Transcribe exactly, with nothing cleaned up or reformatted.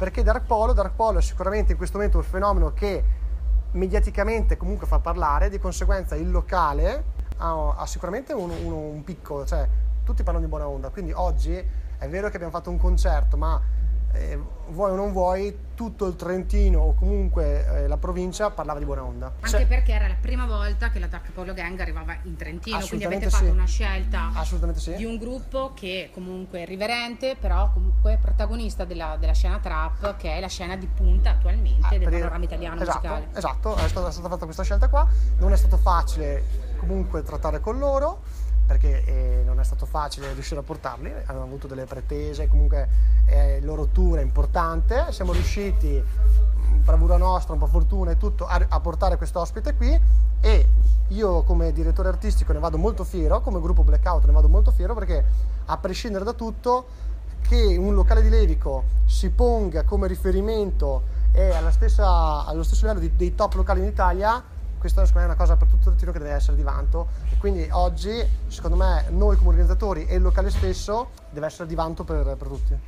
Perché Dark Polo, Dark Polo è sicuramente in questo momento un fenomeno che mediaticamente comunque fa parlare, di conseguenza il locale ha, ha sicuramente un, un, un picco, cioè tutti parlano di Buona Onda, quindi oggi è vero che abbiamo fatto un concerto, ma eh, vuoi o non vuoi tutto il Trentino o comunque eh, la provincia parlava di Buona Onda. Anche Cioè, perché era la prima volta che la Dark Polo Gang arrivava in Trentino, quindi avete sì. fatto una scelta Assolutamente sì. di un gruppo che comunque è riverente, però comunque protagonista della, della scena trap, che è la scena di punta attualmente Ah, del per panorama italiano esatto, musicale. Esatto, è stata, è stata fatta questa scelta qua, non è stato facile comunque trattare con loro, perché eh, non è stato facile riuscire a portarli, hanno avuto delle pretese, comunque eh, il loro tour è importante, siamo riusciti, bravura nostra, un po' fortuna e tutto, a, a portare questo ospite qui, e io come direttore artistico ne vado molto fiero, come gruppo Blackout ne vado molto fiero, perché a prescindere da tutto, che un locale di Levico si ponga come riferimento e alla stessa, allo stesso livello di, dei top locali in Italia, questa secondo me è una cosa per tutto il Trentino che deve essere di vanto, e quindi oggi secondo me noi come organizzatori e il locale stesso deve essere di vanto per, per tutti.